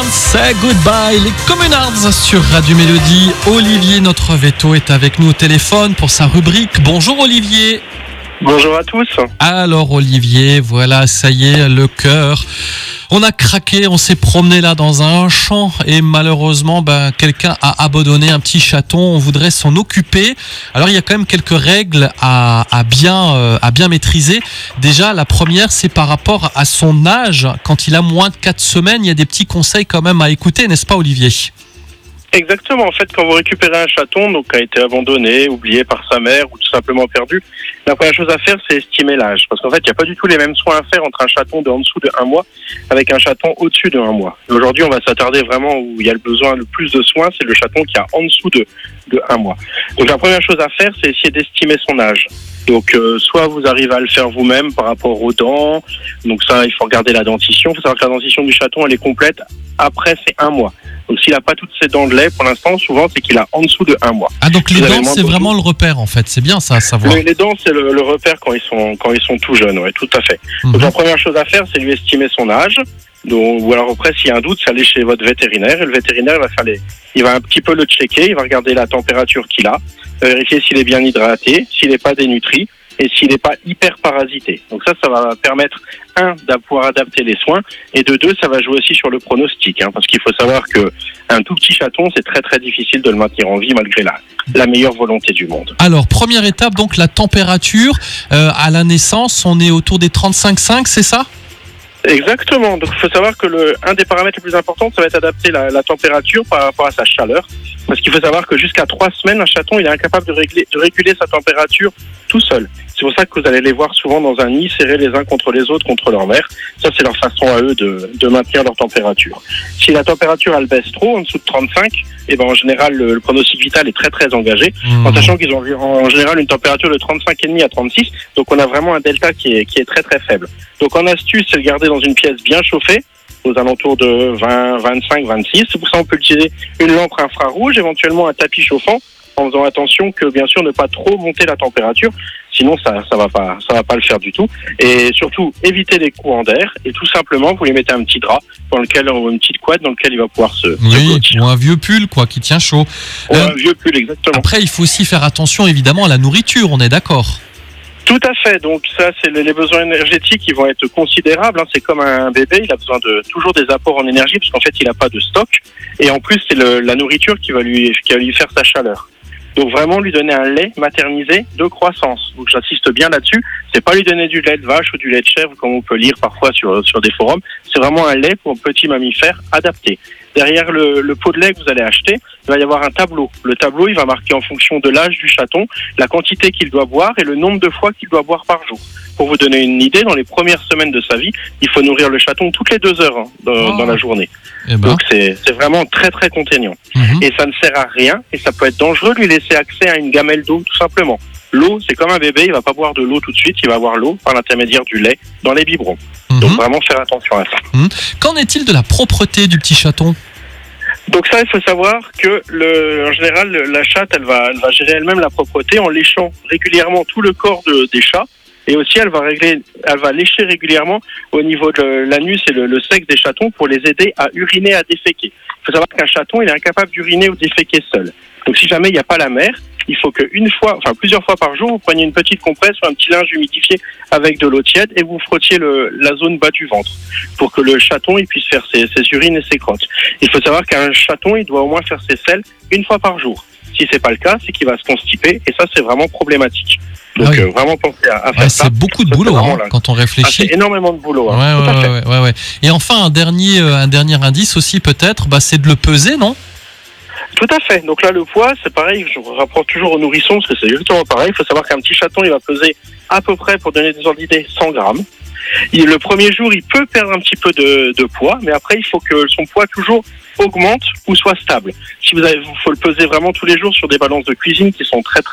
Say Goodbye, les Communards sur Radio Mélodie. Olivier, notre veto, est avec nous au téléphone pour sa rubrique. Bonjour Olivier. Bonjour à tous. Alors Olivier, voilà, ça y est, le cœur. On a craqué, on s'est promené là dans un champ et malheureusement, quelqu'un a abandonné un petit chaton. On voudrait s'en occuper. Alors il y a quand même quelques règles à bien maîtriser. Déjà, la première, c'est par rapport à son âge. Quand il a moins de 4 semaines, il y a des petits conseils quand même à écouter, n'est-ce pas Olivier ? Exactement. En fait, quand vous récupérez un chaton donc qui a été abandonné, oublié par sa mère ou tout simplement perdu, la première chose à faire, c'est estimer l'âge. Parce qu'en fait, il n'y a pas du tout les mêmes soins à faire entre un chaton de en dessous de 1 mois avec un chaton au-dessus de 1 mois. Et aujourd'hui, on va s'attarder vraiment où il y a le besoin le plus de soins, c'est le chaton qui a en dessous de 1 mois. Donc la première chose à faire, c'est essayer d'estimer son âge. Donc soit vous arrivez à le faire vous-même par rapport aux dents. Donc ça, il faut regarder la dentition. Il faut savoir que la dentition du chaton, elle est complète après ces 1 mois. Donc s'il n'a pas toutes ses dents de lait, pour l'instant, souvent, c'est qu'il a en dessous de 1 mois. Ah, donc les dents, c'est vraiment le repère, en fait. C'est bien ça à savoir. Les dents, c'est le repère quand ils sont tout jeunes, ouais, tout à fait. Donc la première chose à faire, c'est lui estimer son âge. Donc, ou alors après, s'il y a un doute, c'est aller chez votre vétérinaire. Et le vétérinaire il va un petit peu le checker, il va regarder la température qu'il a, vérifier s'il est bien hydraté, s'il n'est pas dénutri et s'il n'est pas hyper parasité. Donc ça va permettre, de pouvoir adapter les soins, et de 2, ça va jouer aussi sur le pronostic, parce qu'il faut savoir que un tout petit chaton, c'est très très difficile de le maintenir en vie malgré la meilleure volonté du monde. Alors, première étape, donc la température. À la naissance, on est autour des 35,5, c'est ça ? Exactement. Donc, il faut savoir que un des paramètres les plus importants, ça va être adapter la température par rapport à sa chaleur. Parce qu'il faut savoir que jusqu'à 3 semaines, un chaton, il est incapable de réguler sa température tout seul. C'est pour ça que vous allez les voir souvent dans un nid, serrés les uns contre les autres, contre leur mère. Ça, c'est leur façon à eux de maintenir leur température. Si la température, elle baisse trop, en dessous de 35, en général, le pronostic vital est très, très engagé. En sachant qu'ils ont en général une température de 35,5 à 36. Donc, on a vraiment un delta qui est très, très faible. Donc, en astuce, c'est le garder dans une pièce bien chauffée, aux alentours de 20, 25, 26. C'est pour ça qu'on peut utiliser une lampe infrarouge, éventuellement un tapis chauffant, en faisant attention que, bien sûr, ne pas trop monter la température. Sinon, ça va pas le faire du tout. Et surtout, éviter les courants d'air. Et tout simplement, vous lui mettez un petit drap ou une petite couette dans lequel il va pouvoir se blottir. Ou un vieux pull, qui tient chaud. Un vieux pull, exactement. Après, il faut aussi faire attention, évidemment, à la nourriture. On est d'accord ? Tout à fait. Donc ça, c'est les besoins énergétiques qui vont être considérables. C'est comme un bébé, il a besoin de toujours des apports en énergie parce qu'en fait, il n'a pas de stock. Et en plus, c'est la nourriture qui va lui faire sa chaleur. Donc vraiment lui donner un lait maternisé de croissance. Donc j'insiste bien là-dessus. C'est pas lui donner du lait de vache ou du lait de chèvre comme on peut lire parfois sur des forums. C'est vraiment un lait pour un petit mammifère adapté. Derrière le pot de lait que vous allez acheter, il va y avoir un tableau. Le tableau, il va marquer en fonction de l'âge du chaton, la quantité qu'il doit boire et le nombre de fois qu'il doit boire par jour. Pour vous donner une idée, dans les premières semaines de sa vie, il faut nourrir le chaton toutes les 2 heures dans la journée. Donc c'est vraiment très très contraignant. Et ça ne sert à rien et ça peut être dangereux de lui laisser accès à une gamelle d'eau tout simplement. L'eau, c'est comme un bébé, il va pas boire de l'eau tout de suite, il va boire l'eau par l'intermédiaire du lait dans les biberons. Donc vraiment faire attention à ça. Qu'en est-il de la propreté du petit chaton ? Donc ça, il faut savoir que en général, la chatte, elle va gérer elle-même la propreté en léchant régulièrement tout le corps des chats. Et aussi, elle va lécher régulièrement au niveau de l'anus et le sexe des chatons pour les aider à uriner, à déféquer. Il faut savoir qu'un chaton, il est incapable d'uriner ou de déféquer seul. Donc si jamais il n'y a pas la mère, il faut que plusieurs fois par jour, vous preniez une petite compresse ou un petit linge humidifié avec de l'eau tiède et vous frottiez la zone bas du ventre pour que le chaton il puisse faire ses urines et ses crottes. Il faut savoir qu'un chaton, il doit au moins faire ses selles 1 fois par jour. Si c'est pas le cas, c'est qu'il va se constiper et ça, c'est vraiment problématique. Donc vraiment penser à faire ça. C'est beaucoup de boulot quand on réfléchit. C'est énormément de boulot. Ouais. Et enfin, un dernier indice aussi peut-être, c'est de le peser, non ? Tout à fait. Donc là, le poids, c'est pareil. Je rapporte toujours aux nourrissons parce que c'est exactement pareil. Il faut savoir qu'un petit chaton, il va peser à peu près, pour donner des ordres d'idée, 100 grammes. Le premier jour, il peut perdre un petit peu de poids, mais après, il faut que son poids toujours augmente ou soit stable. Il faut le peser vraiment tous les jours sur des balances de cuisine qui sont très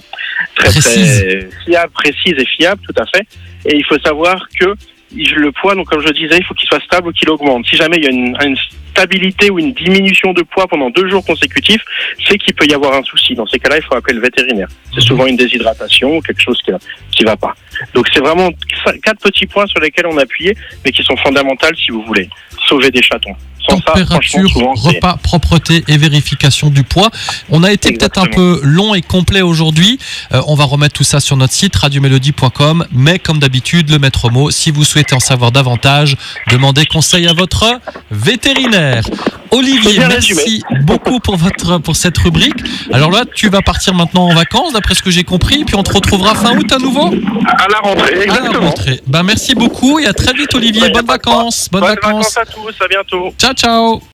fiables, précises et fiables, tout à fait. Et il faut savoir que le poids, donc comme je disais, il faut qu'il soit stable ou qu'il augmente. Si jamais il y a une stabilité ou une diminution de poids pendant 2 jours consécutifs, c'est qu'il peut y avoir un souci. Dans ces cas-là, il faut appeler le vétérinaire. C'est souvent une déshydratation ou quelque chose qui va pas. Donc c'est vraiment 4 petits points sur lesquels on a appuyé, mais qui sont fondamentaux si vous voulez. sauver des chatons. Sans ça, température, souvent, repas, propreté et vérification du poids. On a été peut-être un peu long et complet aujourd'hui. On va remettre tout ça sur notre site radiomélodie.com. Mais comme d'habitude, le maître mot, si vous souhaitez en savoir davantage, demandez conseil à votre vétérinaire. Olivier, merci beaucoup pour cette rubrique. Alors là, tu vas partir maintenant en vacances, d'après ce que j'ai compris, puis on te retrouvera fin août à nouveau. À la rentrée, exactement. À la rentrée. Merci beaucoup et à très vite, Olivier. Bonnes vacances. Bonnes vacances à tous, à bientôt. Ciao, ciao.